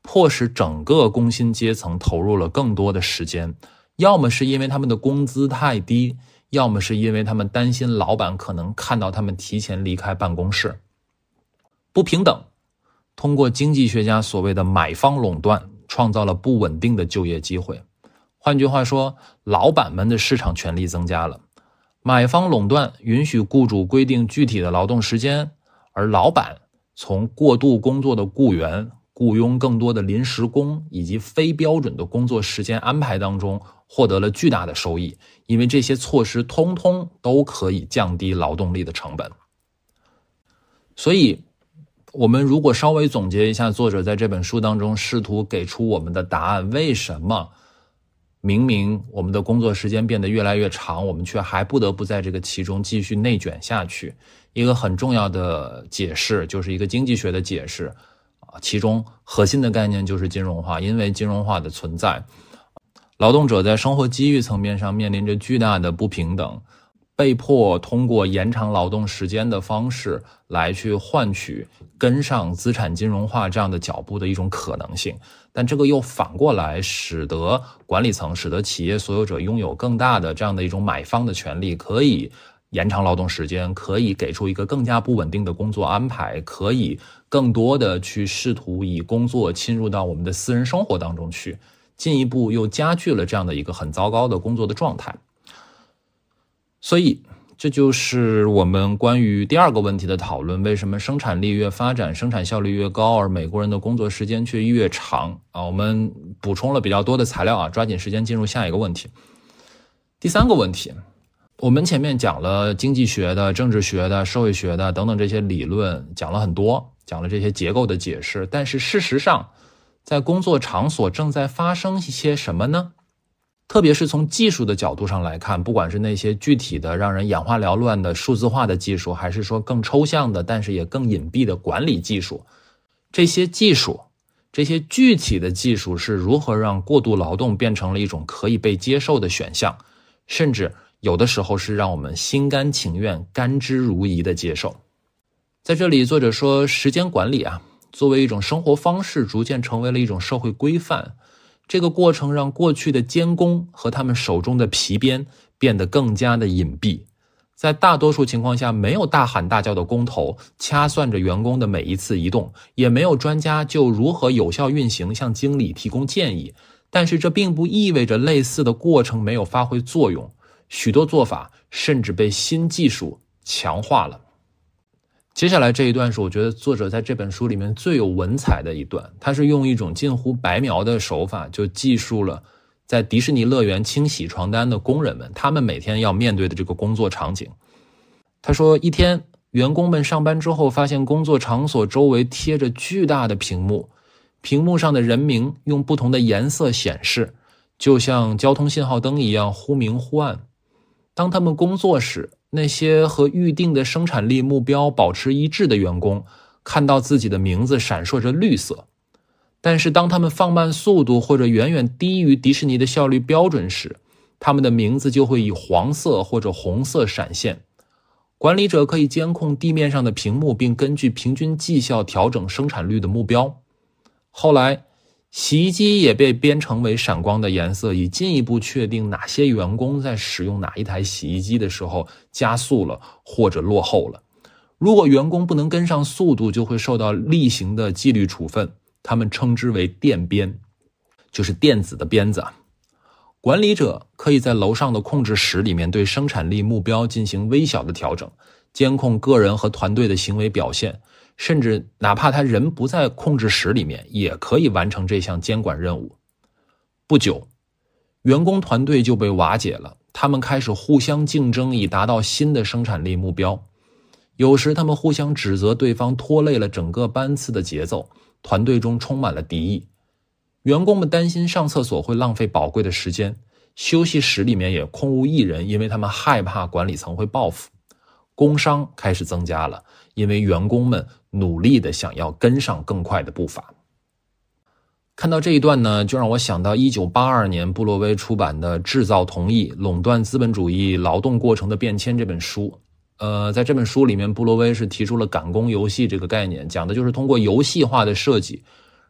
迫使整个工薪阶层投入了更多的时间，要么是因为他们的工资太低，要么是因为他们担心老板可能看到他们提前离开办公室。不平等通过经济学家所谓的买方垄断创造了不稳定的就业机会。换句话说，老板们的市场权力增加了，买方垄断允许雇主规定具体的劳动时间，而老板从过度工作的雇员、雇佣更多的临时工以及非标准的工作时间安排当中获得了巨大的收益，因为这些措施通通都可以降低劳动力的成本。所以我们如果稍微总结一下作者在这本书当中试图给出我们的答案，为什么明明我们的工作时间变得越来越长，我们却还不得不在这个其中继续内卷下去？一个很重要的解释就是一个经济学的解释，其中核心的概念就是金融化。因为金融化的存在，劳动者在生活机遇层面上面临着巨大的不平等，被迫通过延长劳动时间的方式来去换取跟上资产金融化这样的脚步的一种可能性。但这个又反过来使得管理层、使得企业所有者拥有更大的这样的一种买方的权利，可以延长劳动时间，可以给出一个更加不稳定的工作安排，可以更多的去试图以工作侵入到我们的私人生活当中去，进一步又加剧了这样的一个很糟糕的工作的状态。所以这就是我们关于第二个问题的讨论，为什么生产力越发展，生产效率越高，而美国人的工作时间却越长啊？我们补充了比较多的材料啊，抓紧时间进入下一个问题。第三个问题，我们前面讲了经济学的、政治学的、社会学的等等这些理论，讲了很多，讲了这些结构的解释，但是事实上在工作场所正在发生一些什么呢？特别是从技术的角度上来看，不管是那些具体的让人眼花缭乱的数字化的技术，还是说更抽象的但是也更隐蔽的管理技术，这些技术，这些具体的技术是如何让过度劳动变成了一种可以被接受的选项，甚至有的时候是让我们心甘情愿、甘之如饴的接受。在这里作者说，时间管理啊，作为一种生活方式逐渐成为了一种社会规范，这个过程让过去的监工和他们手中的皮鞭变得更加的隐蔽。在大多数情况下，没有大喊大叫的工头掐算着员工的每一次移动，也没有专家就如何有效运行向经理提供建议，但是这并不意味着类似的过程没有发挥作用，许多做法甚至被新技术强化了。接下来这一段是我觉得作者在这本书里面最有文采的一段，他是用一种近乎白描的手法就记述了在迪士尼乐园清洗床单的工人们，他们每天要面对的这个工作场景。他说，一天员工们上班之后发现工作场所周围贴着巨大的屏幕，屏幕上的人名用不同的颜色显示，就像交通信号灯一样忽明忽暗。当他们工作时，那些和预定的生产力目标保持一致的员工看到自己的名字闪烁着绿色，但是当他们放慢速度或者远远低于迪士尼的效率标准时，他们的名字就会以黄色或者红色闪现。管理者可以监控地面上的屏幕，并根据平均绩效调整生产率的目标。后来洗衣机也被编程为闪光的颜色，以进一步确定哪些员工在使用哪一台洗衣机的时候加速了或者落后了。如果员工不能跟上速度，就会受到例行的纪律处分，他们称之为电鞭，就是电子的鞭子。管理者可以在楼上的控制室里面对生产力目标进行微小的调整，监控个人和团队的行为表现，甚至哪怕他人不在控制室里面，也可以完成这项监管任务。不久，员工团队就被瓦解了，他们开始互相竞争，以达到新的生产力目标。有时他们互相指责对方拖累了整个班次的节奏，团队中充满了敌意。员工们担心上厕所会浪费宝贵的时间，休息室里面也空无一人，因为他们害怕管理层会报复。工伤开始增加了，因为员工们努力的想要跟上更快的步伐。看到这一段呢，就让我想到一九八二年布洛威出版的《制造同意：垄断资本主义劳动过程的变迁》这本书。呃，在这本书里面，布洛威是提出了赶工游戏这个概念，讲的就是通过游戏化的设计，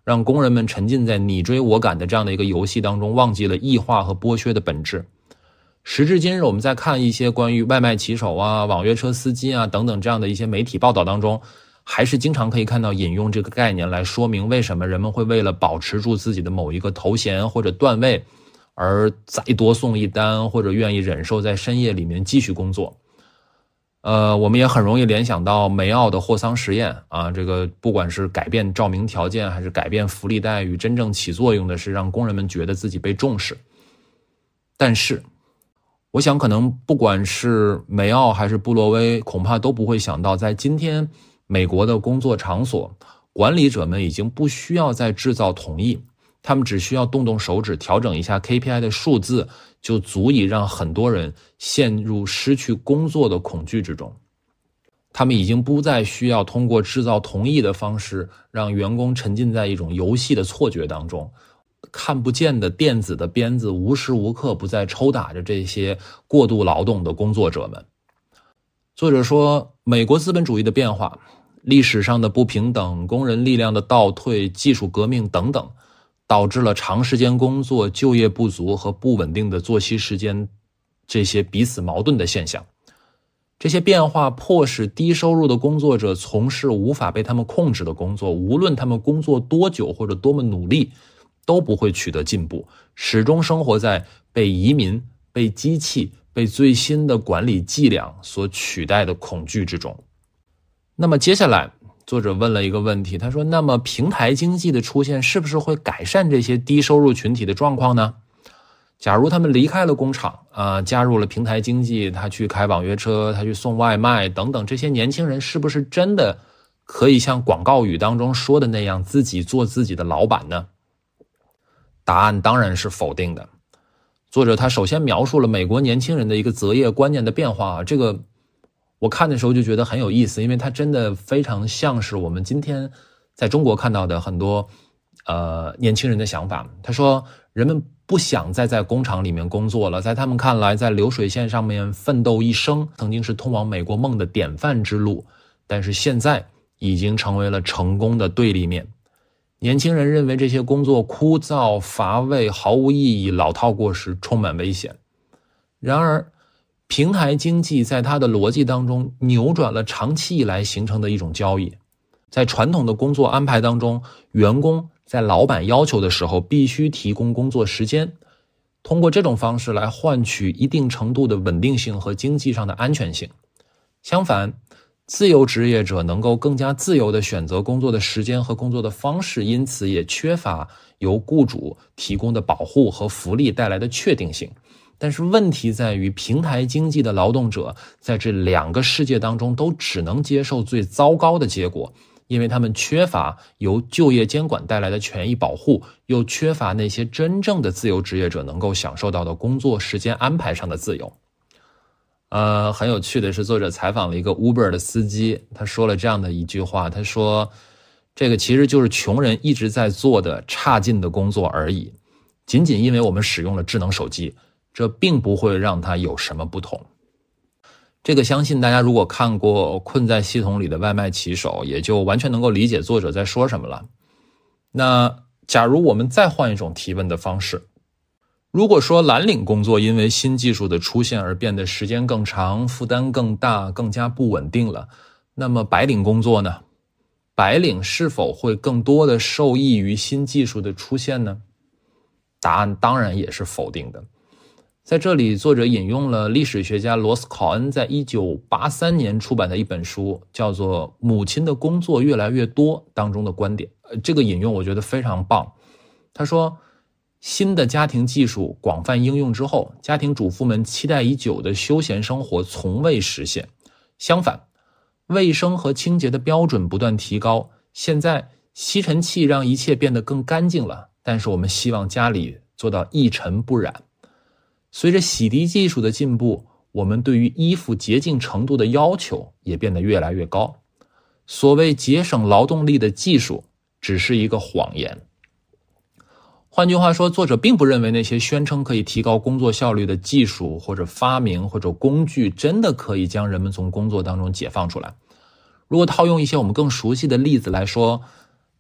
让工人们沉浸在你追我赶的这样的一个游戏当中，忘记了异化和剥削的本质。时至今日，我们在看一些关于外卖骑手啊、网约车司机啊等等这样的一些媒体报道当中，还是经常可以看到引用这个概念来说明为什么人们会为了保持住自己的某一个头衔或者段位，而再多送一单，或者愿意忍受在深夜里面继续工作。呃，我们也很容易联想到梅奥的霍桑实验啊，这个不管是改变照明条件还是改变福利待遇，真正起作用的是让工人们觉得自己被重视。但是我想可能不管是梅奥还是布洛威，恐怕都不会想到，在今天美国的工作场所，管理者们已经不需要再制造同意，他们只需要动动手指调整一下 K P I 的数字，就足以让很多人陷入失去工作的恐惧之中。他们已经不再需要通过制造同意的方式让员工沉浸在一种游戏的错觉当中，看不见的电子的鞭子无时无刻不在抽打着这些过度劳动的工作者们。作者说，美国资本主义的变化，历史上的不平等，工人力量的倒退，技术革命等等，导致了长时间工作、就业不足和不稳定的作息时间这些彼此矛盾的现象。这些变化迫使低收入的工作者从事无法被他们控制的工作，无论他们工作多久或者多么努力，都不会取得进步，始终生活在被移民、被机器、被最新的管理伎俩所取代的恐惧之中。那么接下来作者问了一个问题，他说，那么平台经济的出现是不是会改善这些低收入群体的状况呢？假如他们离开了工厂啊、呃，加入了平台经济，他去开网约车，他去送外卖等等，这些年轻人是不是真的可以像广告语当中说的那样自己做自己的老板呢？答案当然是否定的。作者他首先描述了美国年轻人的一个择业观念的变化啊，这个我看的时候就觉得很有意思，因为它真的非常像是我们今天在中国看到的很多呃年轻人的想法。他说，人们不想再在工厂里面工作了，在他们看来，在流水线上面奋斗一生曾经是通往美国梦的典范之路，但是现在已经成为了成功的对立面。年轻人认为这些工作枯燥乏味，毫无意义，老套过时，充满危险。然而平台经济在它的逻辑当中扭转了长期以来形成的一种交易。在传统的工作安排当中，员工在老板要求的时候必须提供工作时间，通过这种方式来换取一定程度的稳定性和经济上的安全性。相反，自由职业者能够更加自由地选择工作的时间和工作的方式，因此也缺乏由雇主提供的保护和福利带来的确定性。但是问题在于，平台经济的劳动者在这两个世界当中都只能接受最糟糕的结果，因为他们缺乏由就业监管带来的权益保护，又缺乏那些真正的自由职业者能够享受到的工作时间安排上的自由。呃，很有趣的是，作者采访了一个 Uber 的司机，他说了这样的一句话，他说，这个其实就是穷人一直在做的差劲的工作而已，仅仅因为我们使用了智能手机，这并不会让它有什么不同。这个相信大家如果看过《困在系统里的外卖骑手》，也就完全能够理解作者在说什么了。那假如我们再换一种提问的方式，如果说蓝领工作因为新技术的出现而变得时间更长，负担更大，更加不稳定了，那么白领工作呢？白领是否会更多的受益于新技术的出现呢？答案当然也是否定的。在这里，作者引用了历史学家罗斯考恩在一九八三年出版的一本书，叫做《母亲的工作越来越多》当中的观点。这个引用我觉得非常棒。他说，新的家庭技术广泛应用之后，家庭主妇们期待已久的休闲生活从未实现。相反，卫生和清洁的标准不断提高，现在吸尘器让一切变得更干净了，但是我们希望家里做到一尘不染。随着洗涤技术的进步，我们对于衣服洁净程度的要求也变得越来越高。所谓节省劳动力的技术只是一个谎言。换句话说，作者并不认为那些宣称可以提高工作效率的技术或者发明或者工具真的可以将人们从工作当中解放出来。如果套用一些我们更熟悉的例子来说，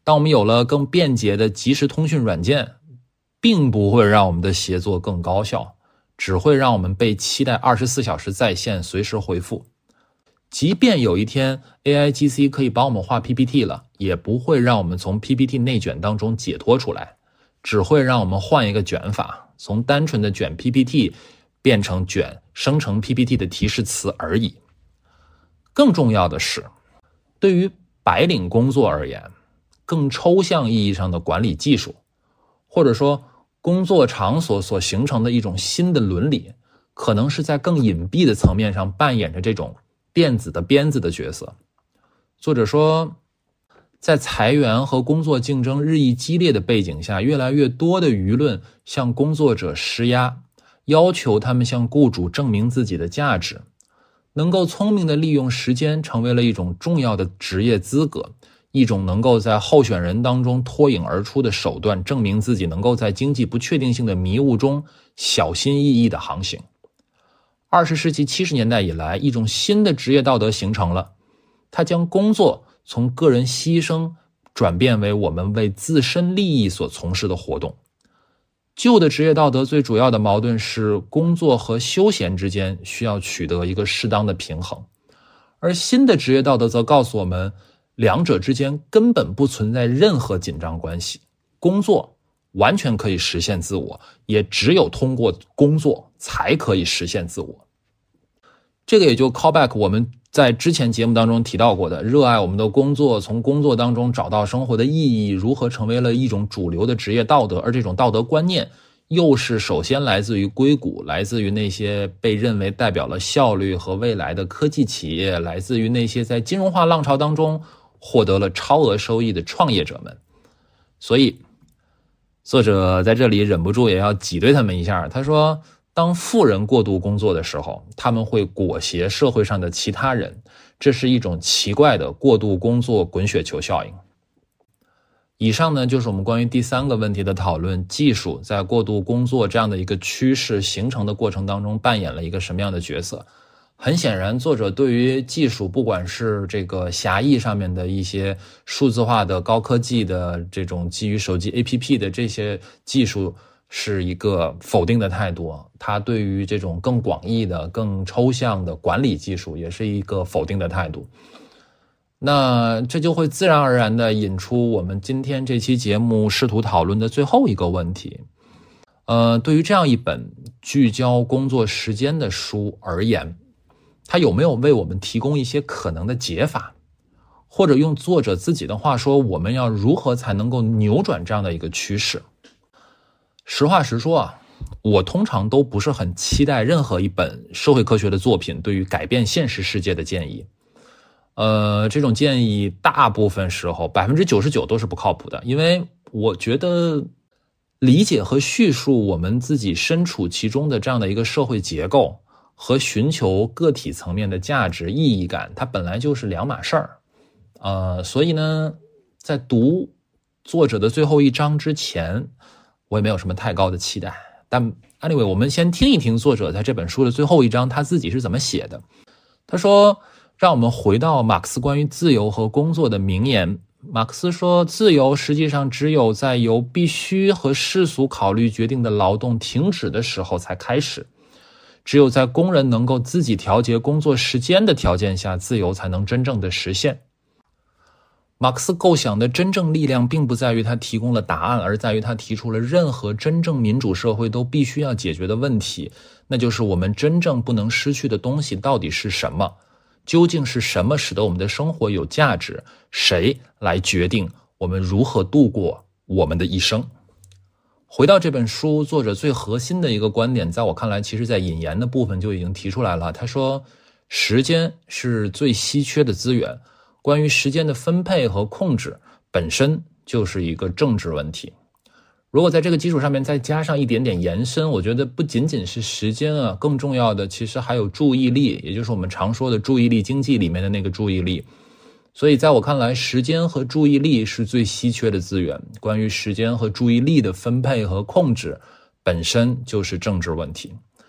当我们有了更便捷的即时通讯软件，并不会让我们的协作更高效，只会让我们被期待二十四小时在线，随时回复。即便有一天 A I G C 可以帮我们画 P P T 了，也不会让我们从 P P T 内卷当中解脱出来，只会让我们换一个卷法，从单纯的卷 P P T 变成卷生成 P P T 的提示词而已。更重要的是，对于白领工作而言，更抽象意义上的管理技术，或者说工作场所所形成的一种新的伦理，可能是在更隐蔽的层面上扮演着这种电子的鞭子的角色。作者说，在裁员和工作竞争日益激烈的背景下，越来越多的舆论向工作者施压，要求他们向雇主证明自己的价值。能够聪明地利用时间成为了一种重要的职业资格，一种能够在候选人当中脱颖而出的手段，证明自己能够在经济不确定性的迷雾中小心翼翼地航行。二十世纪七十年代以来，一种新的职业道德形成了，它将工作从个人牺牲转变为我们为自身利益所从事的活动。旧的职业道德最主要的矛盾是工作和休闲之间需要取得一个适当的平衡，而新的职业道德则告诉我们，两者之间根本不存在任何紧张关系，工作完全可以实现自我，也只有通过工作才可以实现自我。这个也就 call back 我们在之前节目当中提到过的，热爱我们的工作，从工作当中找到生活的意义，如何成为了一种主流的职业道德，而这种道德观念又是首先来自于硅谷，来自于那些被认为代表了效率和未来的科技企业，来自于那些在金融化浪潮当中获得了超额收益的创业者们。所以作者在这里忍不住也要挤兑他们一下，他说，当富人过度工作的时候，他们会裹挟社会上的其他人，这是一种奇怪的过度工作滚雪球效应。以上呢，就是我们关于第三个问题的讨论，技术在过度工作这样的一个趋势形成的过程当中扮演了一个什么样的角色。很显然，作者对于技术，不管是这个狭义上面的一些数字化的高科技的这种基于手机 A P P 的这些技术，是一个否定的态度，他对于这种更广义的更抽象的管理技术也是一个否定的态度。那这就会自然而然地引出我们今天这期节目试图讨论的最后一个问题。呃，对于这样一本聚焦工作时间的书而言，它有没有为我们提供一些可能的解法？或者用作者自己的话说，我们要如何才能够扭转这样的一个趋势？实话实说啊，我通常都不是很期待任何一本社会科学的作品对于改变现实世界的建议。呃，这种建议大部分时候 百分之九十九 都是不靠谱的，因为我觉得理解和叙述我们自己身处其中的这样的一个社会结构和寻求个体层面的价值意义感，它本来就是两码事儿。呃，所以呢，在读作者的最后一章之前，我也没有什么太高的期待。但 anyway， 我们先听一听作者在这本书的最后一章他自己是怎么写的。他说，让我们回到马克思关于自由和工作的名言。马克思说，自由实际上只有在由必须和世俗考虑决定的劳动停止的时候才开始。只有在工人能够自己调节工作时间的条件下，自由才能真正的实现。马克思构想的真正力量并不在于他提供了答案，而在于他提出了任何真正民主社会都必须要解决的问题，那就是我们真正不能失去的东西到底是什么？究竟是什么使得我们的生活有价值？谁来决定我们如何度过我们的一生？回到这本书，作者最核心的一个观点，在我看来，其实在引言的部分就已经提出来了。他说，时间是最稀缺的资源，关于时间的分配和控制本身就是一个政治问题。如果在这个基础上面再加上一点点延伸，我觉得不仅仅是时间啊，更重要的其实还有注意力，也就是我们常说的注意力经济里面的那个注意力。所以在我看来，时间和注意力是最稀缺的资源，关于时间和注意力的分配和控制本身就是政治问题。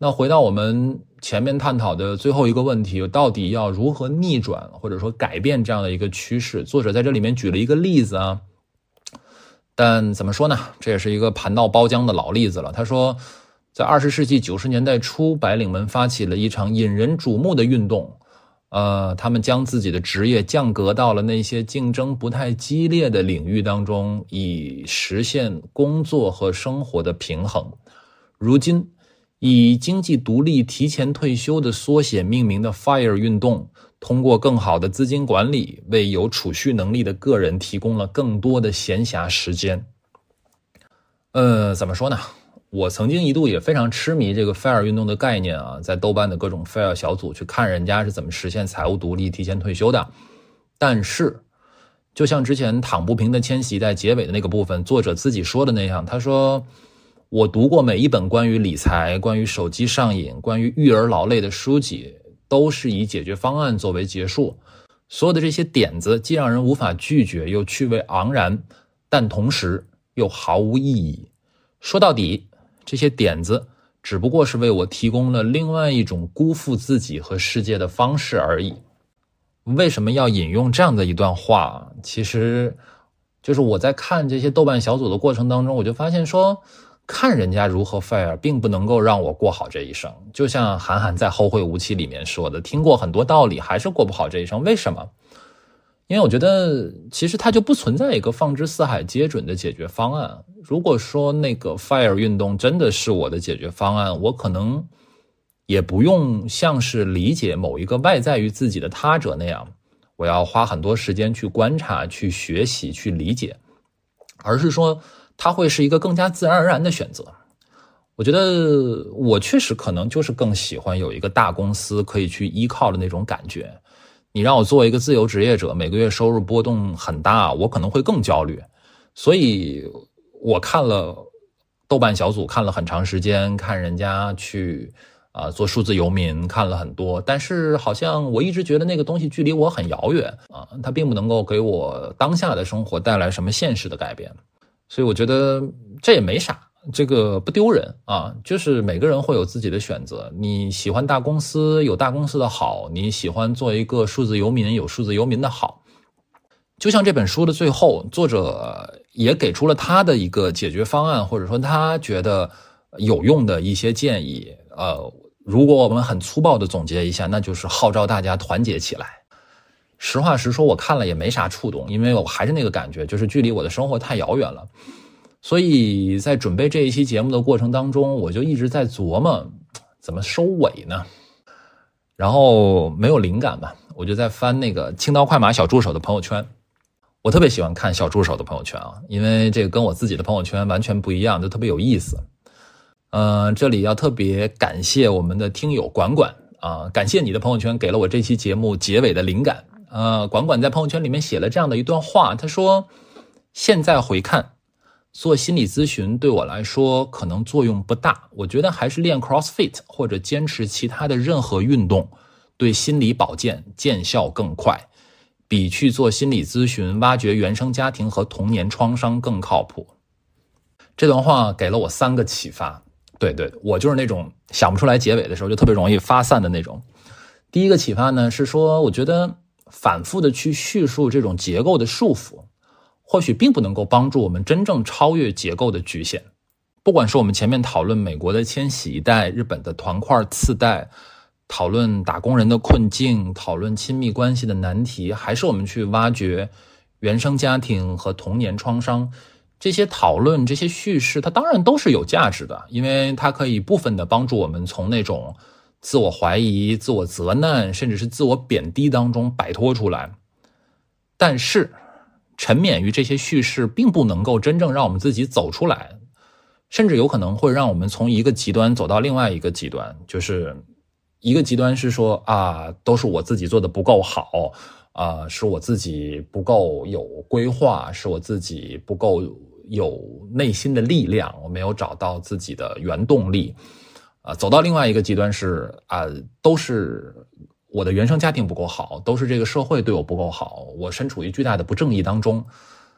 那回到我们前面探讨的最后一个问题，到底要如何逆转或者说改变这样的一个趋势？作者在这里面举了一个例子啊，但怎么说呢？这也是一个盘道包浆的老例子了。他说，在二十世纪九十年代初，白领们发起了一场引人瞩目的运动，呃，他们将自己的职业降格到了那些竞争不太激烈的领域当中，以实现工作和生活的平衡。如今，以经济独立、提前退休的缩写命名的 F I R E 运动，通过更好的资金管理，为有储蓄能力的个人提供了更多的闲暇时间。呃，怎么说呢？我曾经一度也非常痴迷这个 F I R E 运动的概念啊，在豆瓣的各种 F I R E 小组去看人家是怎么实现财务独立、提前退休的。但是，就像之前躺不平的千禧在结尾的那个部分，作者自己说的那样，他说，我读过每一本关于理财、关于手机上瘾、关于育儿劳累的书籍，都是以解决方案作为结束。所有的这些点子既让人无法拒绝，又趣味盎然，但同时又毫无意义。说到底，这些点子只不过是为我提供了另外一种辜负自己和世界的方式而已。为什么要引用这样的一段话？其实就是我在看这些豆瓣小组的过程当中，我就发现说，看人家如何 fire 并不能够让我过好这一生。就像韩寒在《后会无期》里面说的，听过很多道理还是过不好这一生。为什么？因为我觉得其实它就不存在一个放之四海皆准的解决方案。如果说那个 fire 运动真的是我的解决方案，我可能也不用像是理解某一个外在于自己的他者那样，我要花很多时间去观察、去学习、去理解，而是说它会是一个更加自然而然的选择。我觉得我确实可能就是更喜欢有一个大公司可以去依靠的那种感觉。你让我做一个自由职业者，每个月收入波动很大，我可能会更焦虑。所以我看了豆瓣小组，看了很长时间，看人家去啊、呃、做数字游民，看了很多，但是好像我一直觉得那个东西距离我很遥远啊，它并不能够给我当下的生活带来什么现实的改变。所以我觉得这也没啥，这个不丢人啊，就是每个人会有自己的选择。你喜欢大公司，有大公司的好，你喜欢做一个数字游民，有数字游民的好。就像这本书的最后，作者也给出了他的一个解决方案，或者说他觉得有用的一些建议。呃，如果我们很粗暴的总结一下，那就是号召大家团结起来。实话实说，我看了也没啥触动，因为我还是那个感觉，就是距离我的生活太遥远了。所以在准备这一期节目的过程当中，我就一直在琢磨怎么收尾呢，然后没有灵感吧，我就在翻那个轻刀快马小助手的朋友圈。我特别喜欢看小助手的朋友圈啊，因为这个跟我自己的朋友圈完全不一样，就特别有意思。呃，这里要特别感谢我们的听友管管啊、呃，感谢你的朋友圈给了我这期节目结尾的灵感。呃，管管在朋友圈里面写了这样的一段话，他说：现在回看，做心理咨询对我来说可能作用不大，我觉得还是练 CrossFit 或者坚持其他的任何运动，对心理保健见效更快，比去做心理咨询挖掘原生家庭和童年创伤更靠谱。这段话给了我三个启发。对对，我就是那种想不出来结尾的时候就特别容易发散的那种。第一个启发呢是说，我觉得反复的去叙述这种结构的束缚，或许并不能够帮助我们真正超越结构的局限。不管是我们前面讨论美国的千禧一代、日本的团块次贷，讨论打工人的困境，讨论亲密关系的难题，还是我们去挖掘原生家庭和童年创伤，这些讨论、这些叙事，它当然都是有价值的，因为它可以部分的帮助我们从那种自我怀疑、自我责难，甚至是自我贬低当中摆脱出来。但是沉湎于这些叙事并不能够真正让我们自己走出来，甚至有可能会让我们从一个极端走到另外一个极端。就是一个极端是说啊，都是我自己做的不够好啊，是我自己不够有规划，是我自己不够有内心的力量，我没有找到自己的原动力啊。走到另外一个极端是啊，都是我的原生家庭不够好，都是这个社会对我不够好，我身处于巨大的不正义当中。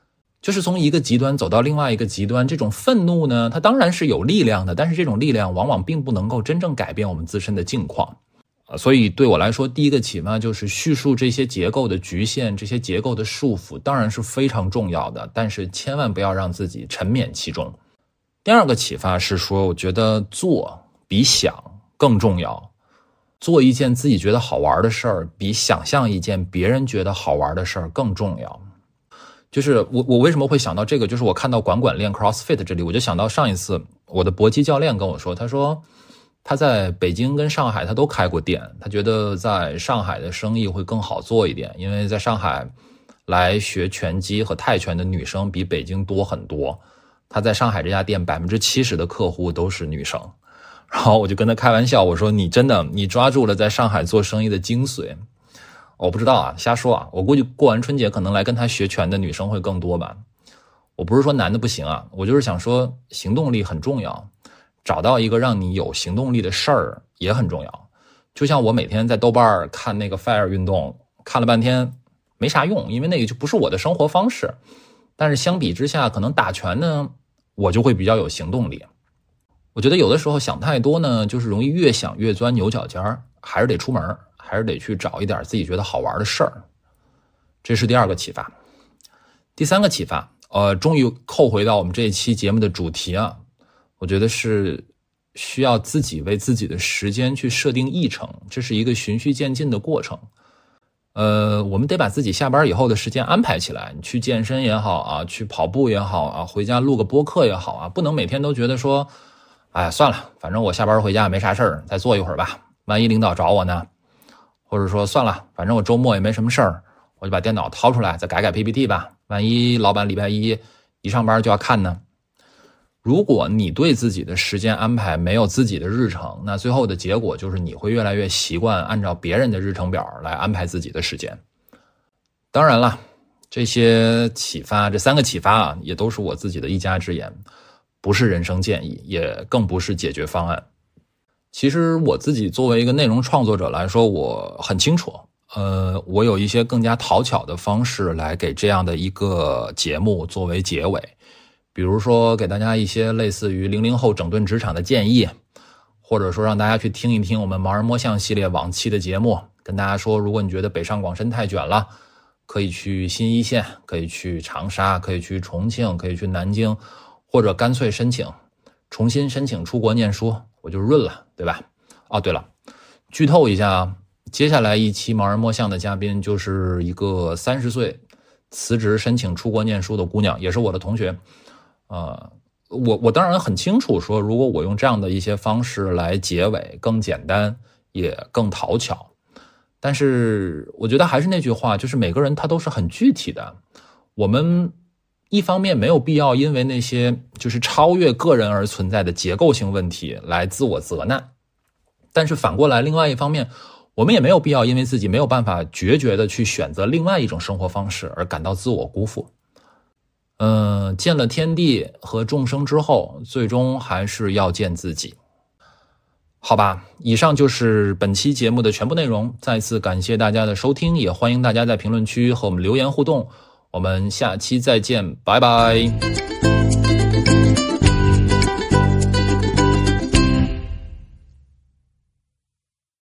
就是从一个极端走到另外一个极端，这种愤怒呢，它当然是有力量的，但是这种力量往往并不能够真正改变我们自身的境况。所以对我来说，第一个启发就是叙述这些结构的局限，这些结构的束缚当然是非常重要的，但是千万不要让自己沉湎其中。第二个启发是说，我觉得做比想更重要，做一件自己觉得好玩的事儿，比想象一件别人觉得好玩的事儿更重要。就是我我为什么会想到这个，就是我看到管管练 CrossFit 这里，我就想到上一次我的搏击教练跟我说，他说他在北京跟上海他都开过店，他觉得在上海的生意会更好做一点，因为在上海来学拳击和泰拳的女生比北京多很多，他在上海这家店 百分之七十 的客户都是女生。然后我就跟他开玩笑，我说你真的你抓住了在上海做生意的精髓。我不知道啊，瞎说啊，我估计过完春节可能来跟他学拳的女生会更多吧。我不是说男的不行啊，我就是想说行动力很重要，找到一个让你有行动力的事儿也很重要。就像我每天在豆瓣看那个 Fire 运动，看了半天没啥用，因为那个就不是我的生活方式。但是相比之下，可能打拳呢，我就会比较有行动力。我觉得有的时候想太多呢，就是容易越想越钻牛角尖儿，还是得出门，还是得去找一点自己觉得好玩的事儿。这是第二个启发。第三个启发，呃，终于扣回到我们这一期节目的主题啊，我觉得是需要自己为自己的时间去设定议程，这是一个循序渐进的过程。呃，我们得把自己下班以后的时间安排起来，你去健身也好啊，去跑步也好啊，回家录个播客也好啊，不能每天都觉得说哎，算了，反正我下班回家没啥事儿，再坐一会儿吧，万一领导找我呢？或者说算了，反正我周末也没什么事儿，我就把电脑掏出来再改改 P P T 吧，万一老板礼拜一一上班就要看呢。如果你对自己的时间安排没有自己的日程，那最后的结果就是你会越来越习惯按照别人的日程表来安排自己的时间。当然了，这些启发，这三个启发啊，也都是我自己的一家之言，不是人生建议，也更不是解决方案。其实我自己作为一个内容创作者来说，我很清楚，呃，我有一些更加讨巧的方式来给这样的一个节目作为结尾。比如说给大家一些类似于零零后整顿职场的建议，或者说让大家去听一听我们盲人摸象系列往期的节目，跟大家说，如果你觉得北上广深太卷了，可以去新一线，可以去长沙，可以去重庆，可以去南京，或者干脆申请重新申请出国念书，我就润了，对吧？哦，对了，剧透一下啊，接下来一期盲人摸象的嘉宾就是一个三十岁辞职申请出国念书的姑娘，也是我的同学。呃，我我当然很清楚说，如果我用这样的一些方式来结尾，更简单也更讨巧。但是我觉得还是那句话，就是每个人他都是很具体的。我们一方面没有必要因为那些就是超越个人而存在的结构性问题来自我责难，但是反过来，另外一方面，我们也没有必要因为自己没有办法决绝的去选择另外一种生活方式而感到自我辜负。嗯、呃，见了天地和众生之后，最终还是要见自己。好吧，以上就是本期节目的全部内容。再次感谢大家的收听，也欢迎大家在评论区和我们留言互动。我们下期再见，拜拜。